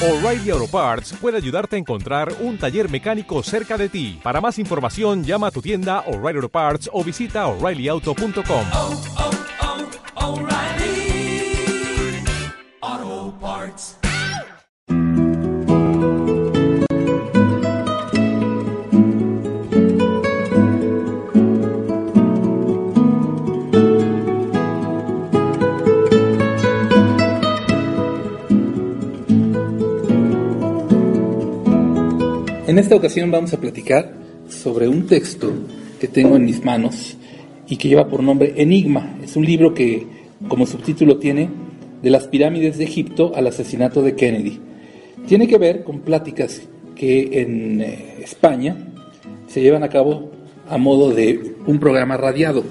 O'Reilly Auto Parts puede ayudarte a encontrar un taller mecánico cerca de ti. Para más información, llama a tu tienda O'Reilly Auto Parts o visita O'ReillyAuto.com. O'Reilly Auto Parts. En esta ocasión vamos a platicar sobre un texto que tengo en mis manos y que lleva por nombre Enigma. Es un libro que como subtítulo tiene De las pirámides de Egipto al asesinato de Kennedy. Tiene que ver con pláticas que en España se llevan a cabo a modo de un programa radial,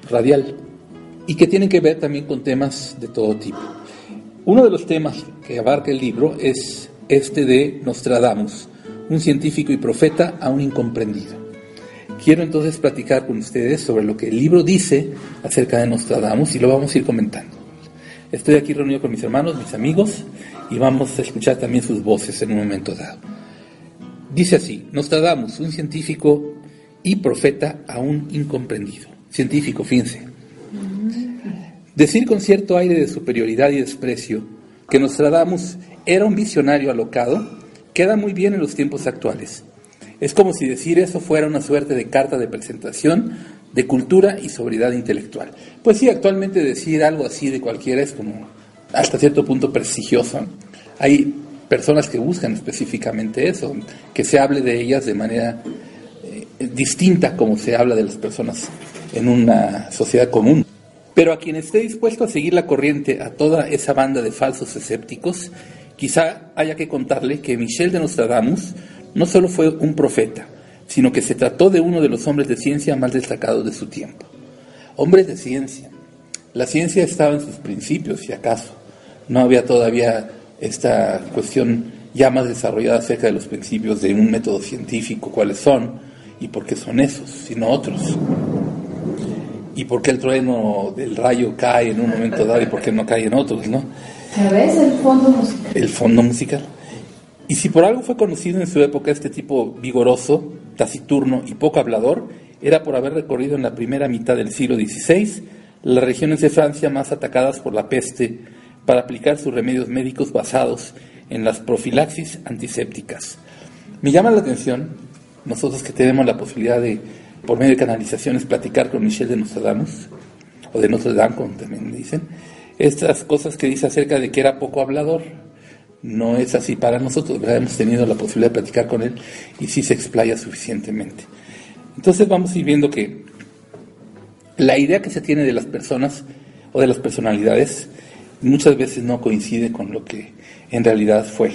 y que tienen que ver también con temas de todo tipo. Uno de los temas que abarca el libro es este de Nostradamus, un científico y profeta aún incomprendido. Quiero entonces platicar con ustedes sobre lo que el libro dice acerca de Nostradamus y lo vamos a ir comentando. Estoy aquí reunido con mis hermanos, mis amigos, y vamos a escuchar también sus voces en un momento dado. Dice así: Nostradamus, un científico y profeta aún incomprendido. Científico, fíjense. Decir con cierto aire de superioridad y desprecio que Nostradamus era un visionario alocado queda muy bien en los tiempos actuales. Es como si decir eso fuera una suerte de carta de presentación de cultura y sobriedad intelectual. Pues sí, actualmente decir algo así de cualquiera es como hasta cierto punto prestigioso. Hay personas que buscan específicamente eso, que se hable de ellas de manera distinta como se habla de las personas en una sociedad común. Pero a quien esté dispuesto a seguir la corriente a toda esa banda de falsos escépticos, quizá haya que contarle que Michel de Nostradamus no solo fue un profeta, sino que se trató de uno de los hombres de ciencia más destacados de su tiempo. Hombres de ciencia. La ciencia estaba en sus principios, si acaso. No había todavía esta cuestión ya más desarrollada acerca de los principios de un método científico, cuáles son y por qué son esos, sino otros. Y por qué el trueno del rayo cae en un momento dado y por qué no cae en otros, ¿no? ¿Sabes? El fondo musical. El fondo musical. Y si por algo fue conocido en su época este tipo vigoroso, taciturno y poco hablador, era por haber recorrido en la primera mitad del siglo XVI las regiones de Francia más atacadas por la peste para aplicar sus remedios médicos basados en las profilaxis antisépticas. Me llama la atención, nosotros que tenemos la posibilidad de, por medio de canalizaciones, platicar con Michel de Nostradamus, o de Notre Dame, como también dicen, estas cosas que dice acerca de que era poco hablador. No es así para nosotros, ¿verdad? Hemos tenido la posibilidad de platicar con él y sí se explaya suficientemente. Entonces vamos a ir viendo que la idea que se tiene de las personas o de las personalidades muchas veces no coincide con lo que en realidad fue.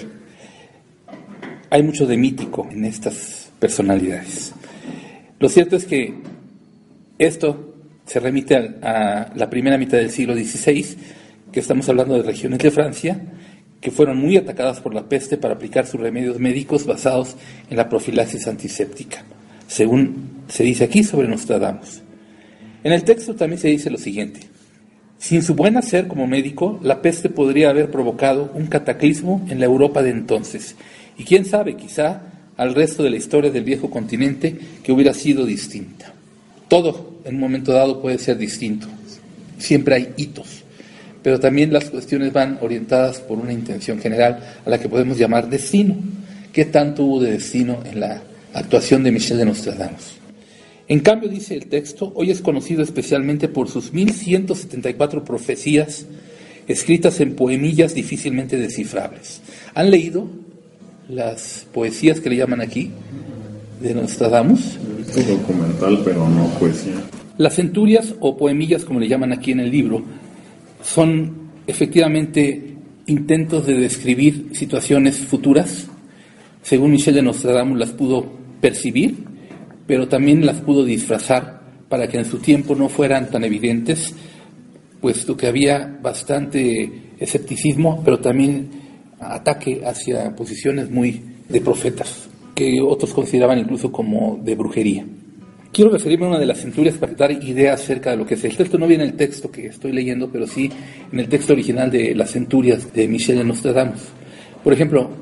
Hay mucho de mítico en estas personalidades. Lo cierto es que esto se remite a la primera mitad del siglo XVI, que estamos hablando de regiones de Francia que fueron muy atacadas por la peste para aplicar sus remedios médicos basados en la profilaxis antiséptica, según se dice aquí sobre Nostradamus. En el texto también se dice lo siguiente: sin su buen hacer como médico, la peste podría haber provocado un cataclismo en la Europa de entonces, y quién sabe, quizá al resto de la historia del viejo continente, que hubiera sido distinta. Todo en un momento dado puede ser distinto, siempre hay hitos, pero también las cuestiones van orientadas por una intención general a la que podemos llamar destino. ¿Qué tanto hubo de destino en la actuación de Michel de Nostradamus? En cambio, dice el texto, hoy es conocido especialmente por sus 1174 profecías escritas en poemillas difícilmente descifrables. ¿Han leído las poesías que le llaman aquí de Nostradamus? He visto documental, pero no poesía. Las centurias o poemillas, como le llaman aquí en el libro, son efectivamente intentos de describir situaciones futuras. Según Michel de Nostradamus las pudo percibir, pero también las pudo disfrazar para que en su tiempo no fueran tan evidentes, puesto que había bastante escepticismo, pero también ataque hacia posiciones muy de profetas, que otros consideraban incluso como de brujería. Quiero referirme a una de las centurias para dar ideas acerca de lo que es. El texto no viene en el texto que estoy leyendo, pero sí en el texto original de las centurias de Michel de Nostradamus. Por ejemplo,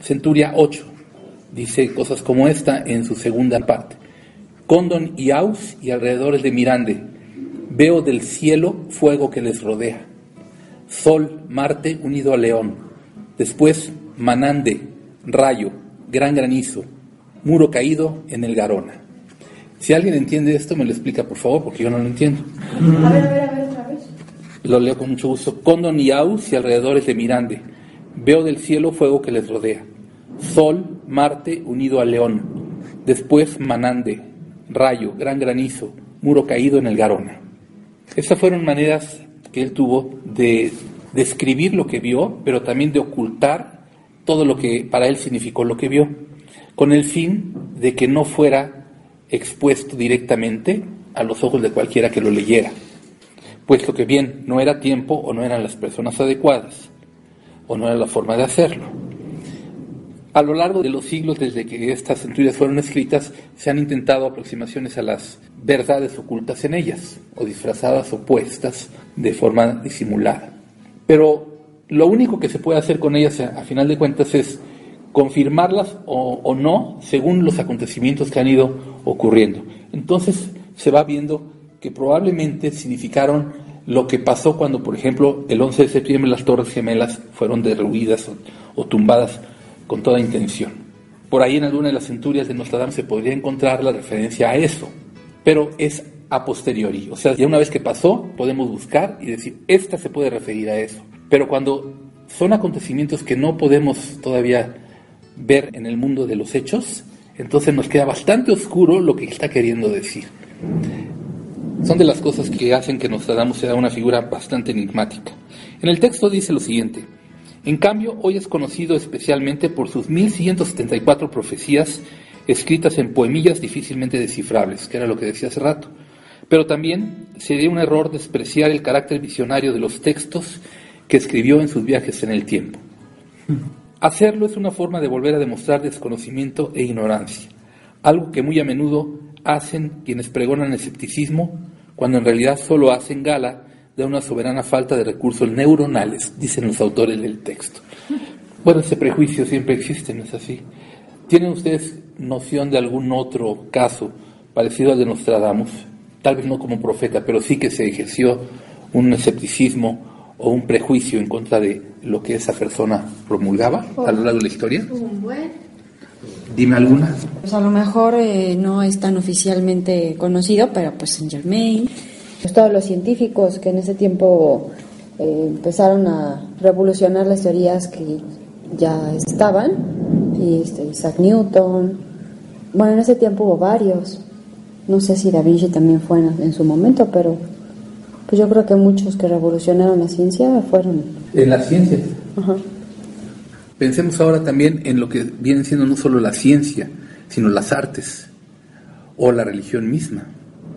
Centuria 8 dice cosas como esta en su segunda parte. Condon y Aus y alrededores de Mirande, veo del cielo fuego que les rodea. Sol, Marte unido a León. Después Manande, rayo, gran granizo, muro caído en el Garona. Si alguien entiende esto, me lo explica, por favor, porque yo no lo entiendo. A ver, otra vez. Lo leo con mucho gusto. Condon y Aus y alrededores de Mirande, veo del cielo fuego que les rodea. Sol, Marte unido a León. Después Manande, rayo, gran granizo, muro caído en el Garona. Estas fueron maneras que él tuvo de describir lo que vio, pero también de ocultar todo lo que para él significó lo que vio, con el fin de que no fuera expuesto directamente a los ojos de cualquiera que lo leyera, puesto que bien no era tiempo o no eran las personas adecuadas, o no era la forma de hacerlo. A lo largo de los siglos, desde que estas centurias fueron escritas, se han intentado aproximaciones a las verdades ocultas en ellas, o disfrazadas o puestas de forma disimulada. Pero lo único que se puede hacer con ellas, a final de cuentas, es confirmarlas o no, según los acontecimientos que han ido ocurriendo. Entonces se va viendo que probablemente significaron lo que pasó cuando, por ejemplo, el 11 de septiembre las Torres Gemelas fueron derruidas o tumbadas con toda intención. Por ahí en alguna de las centurias de Nostradamus se podría encontrar la referencia a eso, pero es a posteriori, o sea, ya una vez que pasó podemos buscar y decir, esta se puede referir a eso. Pero cuando son acontecimientos que no podemos todavía ver en el mundo de los hechos, entonces nos queda bastante oscuro lo que está queriendo decir. Son de las cosas que hacen que Nostradamus sea una figura bastante enigmática. En el texto dice lo siguiente: en cambio, hoy es conocido especialmente por sus 1174 profecías escritas en poemillas difícilmente descifrables, que era lo que decía hace rato. Pero también sería un error despreciar el carácter visionario de los textos que escribió en sus viajes en el tiempo. Hacerlo es una forma de volver a demostrar desconocimiento e ignorancia, algo que muy a menudo hacen quienes pregonan el escepticismo, cuando en realidad solo hacen gala de una soberana falta de recursos neuronales, dicen los autores del texto. Bueno, ese prejuicio siempre existe, ¿no es así? ¿Tienen ustedes noción de algún otro caso parecido al de Nostradamus? Tal vez no como profeta, pero sí que se ejerció un escepticismo o un prejuicio en contra de lo que esa persona promulgaba a lo largo de la historia. Dime alguna. Pues a lo mejor no es tan oficialmente conocido, pero pues Saint-Germain. Pues todos los científicos que en ese tiempo empezaron a revolucionar las teorías que ya estaban, y Isaac Newton. Bueno, en ese tiempo hubo varios. No sé si Da Vinci también fue en su momento, pero pues yo creo que muchos que revolucionaron la ciencia fueron... En la ciencia. Ajá. Pensemos ahora también en lo que viene siendo no solo la ciencia, sino las artes o la religión misma.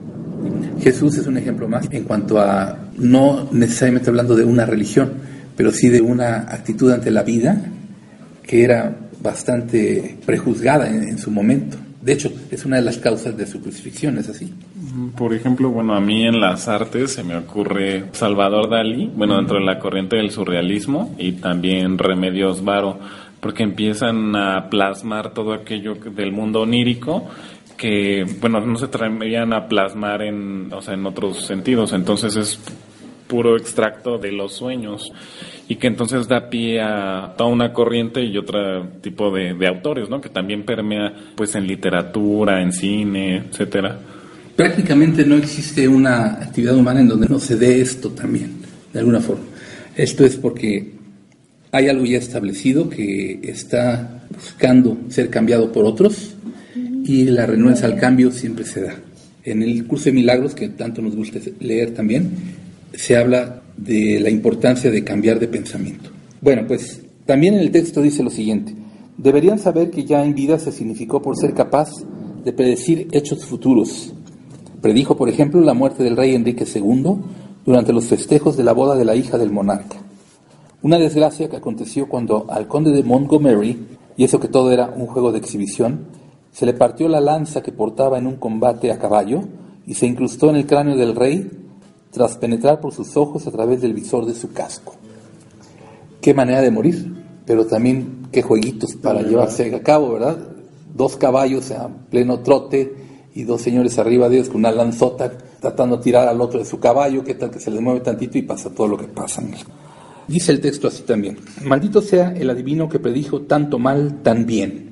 Jesús es un ejemplo más en cuanto a, no necesariamente hablando de una religión, pero sí de una actitud ante la vida que era bastante prejuzgada en su momento. De hecho, es una de las causas de su crucifixión, ¿es así? Por ejemplo, bueno, a mí en las artes se me ocurre Salvador Dalí, bueno, dentro de la corriente del surrealismo, y también Remedios Varo, porque empiezan a plasmar todo aquello del mundo onírico que, bueno, no se atreverían a plasmar en otros sentidos. Entonces es puro extracto de los sueños, y que entonces da pie a toda una corriente y otro tipo de autores, ¿no? Que también permea pues en literatura, en cine, etcétera. Prácticamente no existe una actividad humana en donde no se dé esto también, de alguna forma. Esto es porque hay algo ya establecido que está buscando ser cambiado por otros, y la renuencia al cambio siempre se da. En el curso de milagros, que tanto nos gusta leer también, se habla de la importancia de cambiar de pensamiento. Bueno, pues también en el texto dice lo siguiente: deberían saber que ya en vida se significó por ser capaz de predecir hechos futuros. Predijo, por ejemplo, la muerte del rey Enrique II durante los festejos de la boda de la hija del monarca. Una desgracia que aconteció cuando al conde de Montgomery, y eso que todo era un juego de exhibición, se le partió la lanza que portaba en un combate a caballo y se incrustó en el cráneo del rey tras penetrar por sus ojos a través del visor de su casco. Qué manera de morir, pero también qué jueguitos para llevarse a cabo, ¿verdad? 2 caballos a pleno trote y 2 señores arriba de ellos con una lanzota tratando de tirar al otro de su caballo, qué tal que se les mueve tantito y pasa todo lo que pasa. Dice el texto así también: maldito sea el adivino que predijo tanto mal tan bien.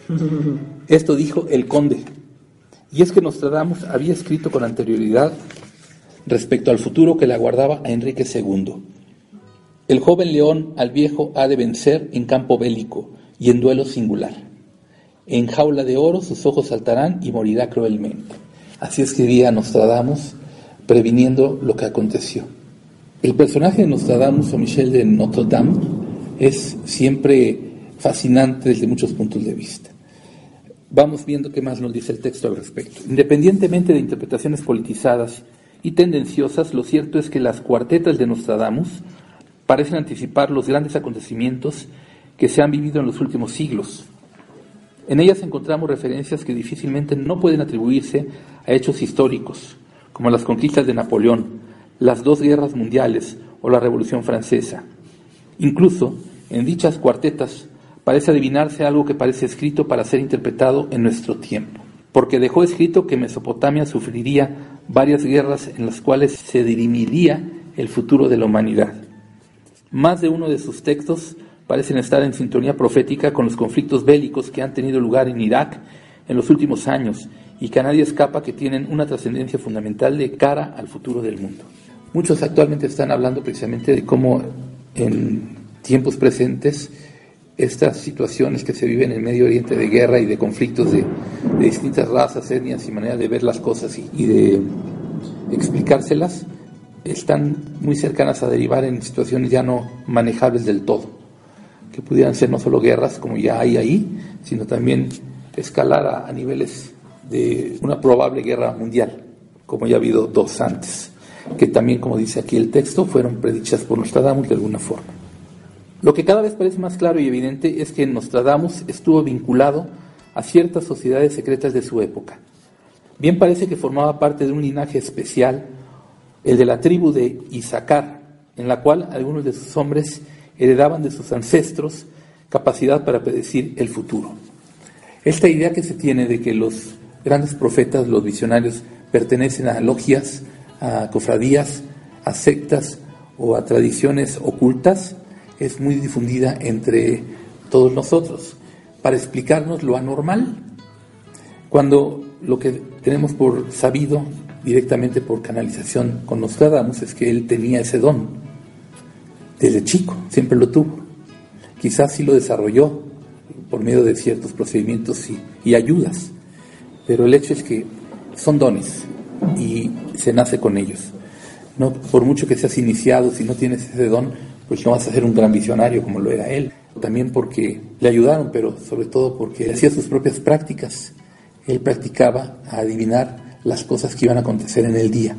Esto dijo el conde, y es que Nostradamus había escrito con anterioridad respecto al futuro que le aguardaba a Enrique II. El joven león al viejo ha de vencer en campo bélico y en duelo singular. En jaula de oro sus ojos saltarán y morirá cruelmente. Así escribía Nostradamus, previniendo lo que aconteció. El personaje de Nostradamus o Michel de Notre Dame es siempre fascinante desde muchos puntos de vista. Vamos viendo qué más nos dice el texto al respecto. Independientemente de interpretaciones politizadas y tendenciosas, lo cierto es que las cuartetas de Nostradamus parecen anticipar los grandes acontecimientos que se han vivido en los últimos siglos. En ellas encontramos referencias que difícilmente no pueden atribuirse a hechos históricos, como las conquistas de Napoleón, las 2 guerras mundiales o la Revolución Francesa. Incluso, en dichas cuartetas parece adivinarse algo que parece escrito para ser interpretado en nuestro tiempo, porque dejó escrito que Mesopotamia sufriría varias guerras en las cuales se dirimiría el futuro de la humanidad. Más de uno de sus textos parecen estar en sintonía profética con los conflictos bélicos que han tenido lugar en Irak en los últimos años y que a nadie escapa que tienen una trascendencia fundamental de cara al futuro del mundo. Muchos actualmente están hablando precisamente de cómo en tiempos presentes estas situaciones que se viven en el Medio Oriente de guerra y de conflictos de distintas razas, etnias y maneras de ver las cosas y de explicárselas están muy cercanas a derivar en situaciones ya no manejables del todo, que pudieran ser no solo guerras como ya hay ahí, sino también escalar a niveles de una probable guerra mundial, como ya ha habido 2 antes, que también, como dice aquí el texto, fueron predichas por Nostradamus de alguna forma. Lo que cada vez parece más claro y evidente es que Nostradamus estuvo vinculado a ciertas sociedades secretas de su época. Bien parece que formaba parte de un linaje especial, el de la tribu de Isaacar, en la cual algunos de sus hombres heredaban de sus ancestros capacidad para predecir el futuro. Esta idea que se tiene de que los grandes profetas, los visionarios, pertenecen a logias, a cofradías, a sectas o a tradiciones ocultas, es muy difundida entre todos nosotros, para explicarnos lo anormal, cuando lo que tenemos por sabido directamente por canalización con Nostradamus es que él tenía ese don desde chico, siempre lo tuvo. Quizás sí lo desarrolló por medio de ciertos procedimientos y ayudas, pero el hecho es que son dones y se nace con ellos. No, por mucho que seas iniciado, si no tienes ese don, pues no vas a ser un gran visionario como lo era él. También porque le ayudaron, pero sobre todo porque hacía sus propias prácticas. Él practicaba a adivinar las cosas que iban a acontecer en el día.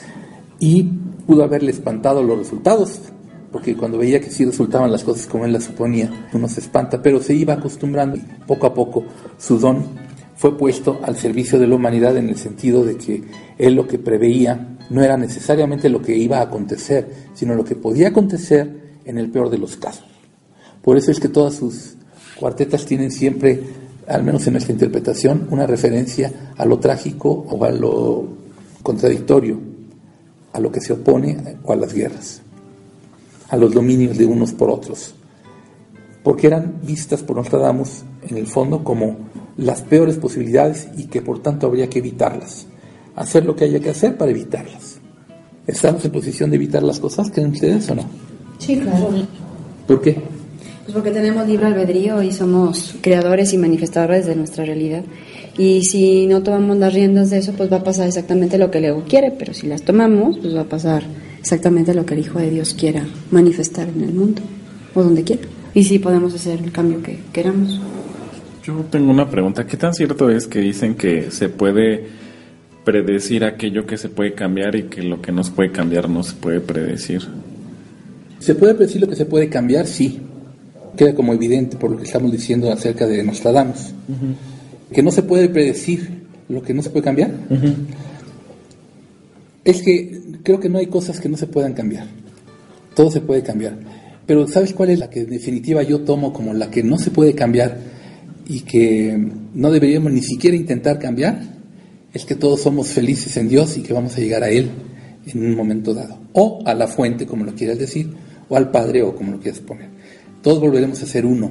Y pudo haberle espantado los resultados, porque cuando veía que sí resultaban las cosas como él las suponía, uno se espanta, pero se iba acostumbrando y poco a poco su don fue puesto al servicio de la humanidad, en el sentido de que él lo que preveía no era necesariamente lo que iba a acontecer, sino lo que podía acontecer en el peor de los casos. Por eso es que todas sus cuartetas tienen siempre, al menos en nuestra interpretación, una referencia a lo trágico o a lo contradictorio, a lo que se opone o a las guerras, a los dominios de unos por otros, porque eran vistas por Nostradamus en el fondo como las peores posibilidades y que por tanto habría que evitarlas, hacer lo que haya que hacer para evitarlas. ¿Estamos en posición de evitar las cosas? ¿Creen ustedes o no? Sí, claro. ¿Por qué? Pues porque tenemos libre albedrío y somos creadores y manifestadores de nuestra realidad. Y si no tomamos las riendas de eso, pues va a pasar exactamente lo que el ego quiere, pero si las tomamos, pues va a pasar exactamente lo que el Hijo de Dios quiera manifestar en el mundo, o donde quiera. Y sí podemos hacer el cambio que queramos. Yo tengo una pregunta. ¿Qué tan cierto es que dicen que se puede predecir aquello que se puede cambiar y que lo que no se puede cambiar no se puede predecir? ¿Se puede predecir lo que se puede cambiar? Sí. Queda como evidente por lo que estamos diciendo acerca de Nostradamus. Que no se puede predecir lo que no se puede cambiar. Es que creo que no hay cosas que no se puedan cambiar. Todo se puede cambiar. Pero ¿sabes cuál es la que en definitiva yo tomo como la que no se puede cambiar y que no deberíamos ni siquiera intentar cambiar? Es que todos somos felices en Dios y que vamos a llegar a Él en un momento dado. O a la fuente, como lo quieras decir, o al Padre, o como lo quieras poner. Todos volveremos a ser uno.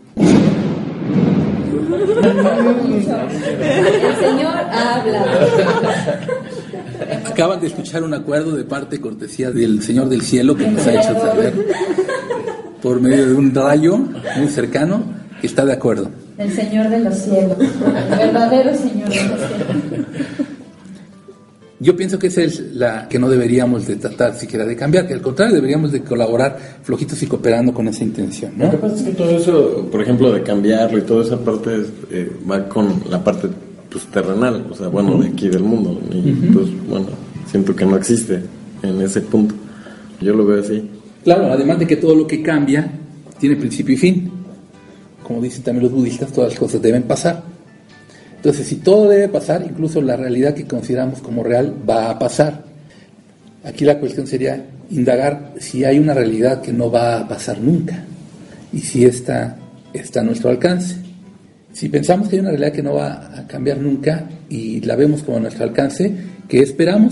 El Señor habla. Acaban de escuchar un acuerdo de parte cortesía del Señor del Cielo que nos ha hecho saber por medio de un rayo muy cercano que está de acuerdo. El Señor de los cielos, el verdadero Señor de los cielos. Yo pienso que esa es la que no deberíamos de tratar siquiera de cambiar, que al contrario deberíamos de colaborar flojitos y cooperando con esa intención, ¿no? Lo que pasa es que todo eso, por ejemplo, de cambiarlo y toda esa parte va con la parte pues terrenal, o sea, bueno, de aquí del mundo, y pues bueno, siento que no existe en ese punto. Yo lo veo así. Claro, además de que todo lo que cambia tiene principio y fin. Como dicen también los budistas, todas las cosas deben pasar. Entonces, si todo debe pasar, incluso la realidad que consideramos como real va a pasar. Aquí la cuestión sería indagar si hay una realidad que no va a pasar nunca y si esta está a nuestro alcance. Si pensamos que hay una realidad que no va a cambiar nunca y la vemos como a nuestro alcance, ¿qué esperamos?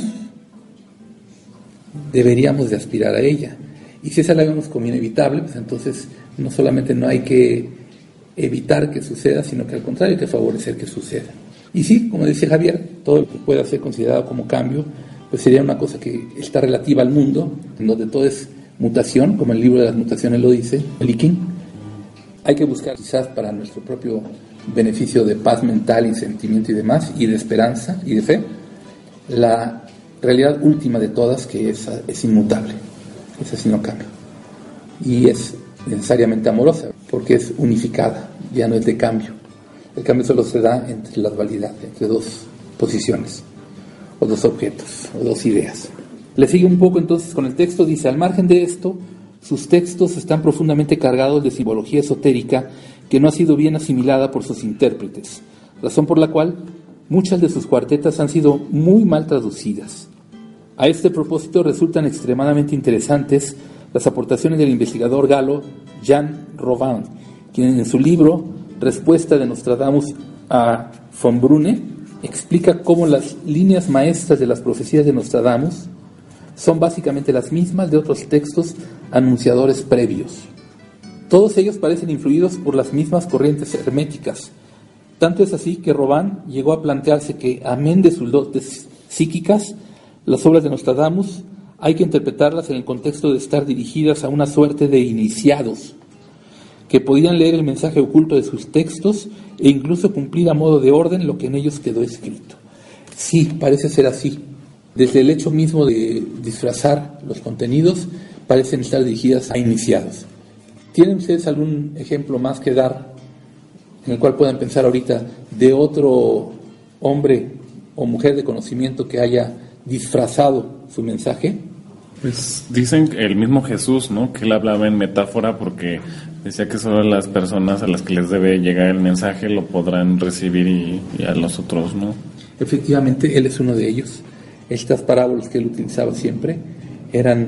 Deberíamos de aspirar a ella. Y si esa la vemos como inevitable, pues entonces no solamente no hay que evitar que suceda, sino que al contrario hay que favorecer que suceda. Y sí, como decía Javier, todo lo que pueda ser considerado como cambio, pues sería una cosa que está relativa al mundo, en donde todo es mutación, como el libro de las mutaciones lo dice, Liking. Hay que buscar quizás para nuestro propio beneficio de paz mental y sentimiento y demás, y de esperanza y de fe, la realidad última de todas, que es inmutable, esa sí no cambia. Y es necesariamente amorosa, porque es unificada, ya no es de cambio. El cambio solo se da entre la dualidad, entre dos posiciones, o dos objetos, o dos ideas. Le sigue un poco entonces con el texto, dice: al margen de esto, sus textos están profundamente cargados de simbología esotérica que no ha sido bien asimilada por sus intérpretes, razón por la cual muchas de sus cuartetas han sido muy mal traducidas. A este propósito resultan extremadamente interesantes las aportaciones del investigador galo Jan Robin, quien en su libro Respuesta de Nostradamus a von Brunne explica cómo las líneas maestras de las profecías de Nostradamus son básicamente las mismas de otros textos anunciadores previos. Todos ellos parecen influidos por las mismas corrientes herméticas. Tanto es así que Robin llegó a plantearse que, amén de sus dotes psíquicas, las obras de Nostradamus hay que interpretarlas en el contexto de estar dirigidas a una suerte de iniciados que podían leer el mensaje oculto de sus textos e incluso cumplir a modo de orden lo que en ellos quedó escrito. Sí, parece ser así. Desde el hecho mismo de disfrazar los contenidos, parecen estar dirigidas a iniciados. ¿Tienen ustedes algún ejemplo más que dar en el cual puedan pensar ahorita de otro hombre o mujer de conocimiento que haya disfrazado su mensaje? Pues dicen el mismo Jesús, ¿no? Que él hablaba en metáfora porque decía que solo las personas a las que les debe llegar el mensaje lo podrán recibir y a los otros, ¿no? Efectivamente, él es uno de ellos. Estas parábolas que él utilizaba siempre eran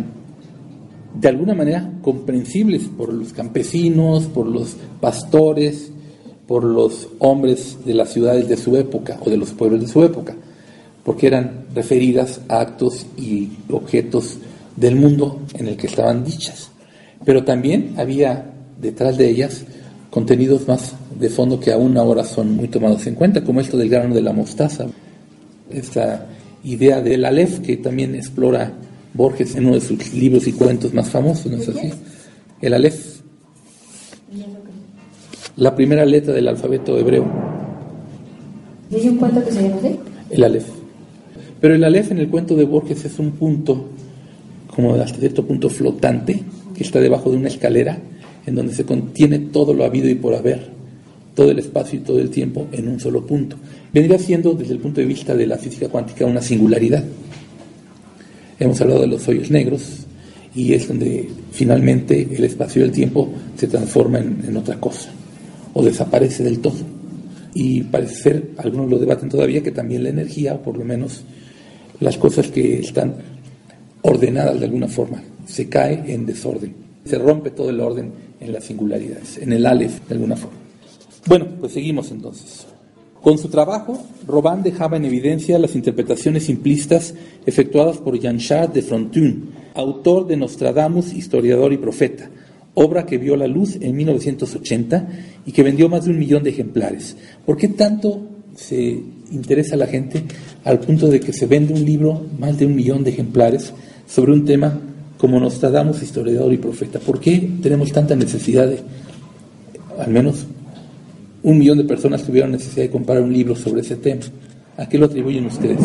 de alguna manera comprensibles por los campesinos, por los pastores, por los hombres de las ciudades de su época o de los pueblos de su época, porque eran referidas a actos y objetos del mundo en el que estaban dichas. Pero también había detrás de ellas contenidos más de fondo que aún ahora son muy tomados en cuenta, como esto del grano de la mostaza, esta idea del Aleph que también explora Borges en uno de sus libros y cuentos más famosos, ¿no es así? El Aleph, la primera letra del alfabeto hebreo. ¿Hay un cuento que se llama así? El Aleph. Pero el Aleph en el cuento de Borges es un punto, como hasta cierto punto flotante, que está debajo de una escalera, en donde se contiene todo lo habido y por haber, todo el espacio y todo el tiempo en un solo punto. Vendría siendo, desde el punto de vista de la física cuántica, una singularidad. Hemos hablado de los hoyos negros, y es donde finalmente el espacio y el tiempo se transforman en otra cosa, o desaparece del todo. Y parece ser, algunos lo debaten todavía, que también la energía, o por lo menos las cosas que están ordenadas de alguna forma, se cae en desorden. Se rompe todo el orden en las singularidades, en el Aleph de alguna forma. Bueno, pues seguimos entonces. Con su trabajo, Robin dejaba en evidencia las interpretaciones simplistas efectuadas por Jean-Charles de Frontin, autor de Nostradamus, historiador y profeta, obra que vio la luz en 1980 y que vendió más de 1 millón de ejemplares. ¿Por qué tanto se interesa a la gente al punto de que se vende un libro, más de 1 millón de ejemplares, sobre un tema como Nostradamus, historiador y profeta? ¿Por qué tenemos tanta necesidad de, al menos 1 millón de personas tuvieron necesidad de comprar un libro sobre ese tema? ¿A qué lo atribuyen ustedes?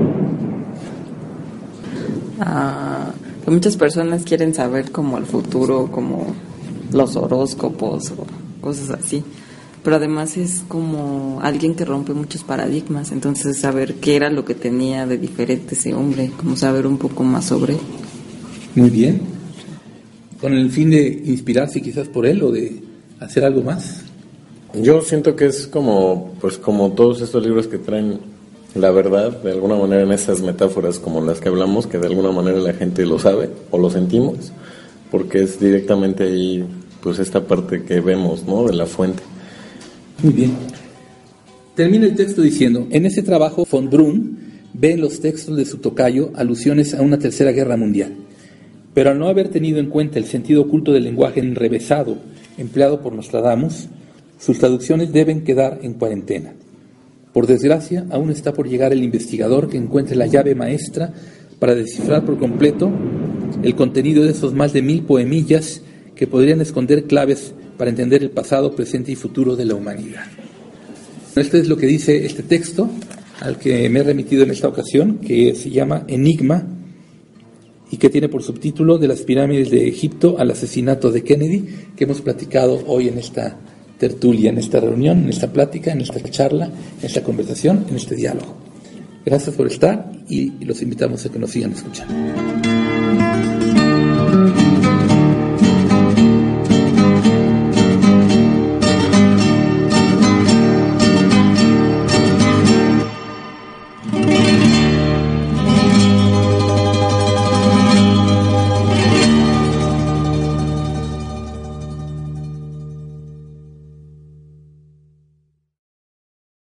Que muchas personas quieren saber como el futuro, como los horóscopos o cosas así. Pero además es como alguien que rompe muchos paradigmas, entonces saber qué era lo que tenía de diferente ese hombre, como saber un poco más sobre él. Muy bien. ¿Con el fin de inspirarse quizás por él o de hacer algo más? Yo siento que es como, pues como todos estos libros que traen la verdad, de alguna manera en esas metáforas como las que hablamos, que de alguna manera la gente lo sabe o lo sentimos, porque es directamente ahí, pues esta parte que vemos, ¿no? De la fuente. Muy bien. Termina el texto diciendo: en ese trabajo von Brunn ve en los textos de su tocayo alusiones a una tercera guerra mundial, pero al no haber tenido en cuenta el sentido oculto del lenguaje enrevesado empleado por Nostradamus, sus traducciones deben quedar en cuarentena. Por desgracia, aún está por llegar el investigador que encuentre la llave maestra para descifrar por completo el contenido de esos más de 1000 poemillas que podrían esconder claves para entender el pasado, presente y futuro de la humanidad. Esto es lo que dice este texto al que me he remitido en esta ocasión, que se llama Enigma y que tiene por subtítulo De las pirámides de Egipto al asesinato de Kennedy, que hemos platicado hoy en esta tertulia, en esta reunión, en esta plática, en esta charla, en esta conversación, en este diálogo. Gracias por estar y los invitamos a que nos sigan escuchando.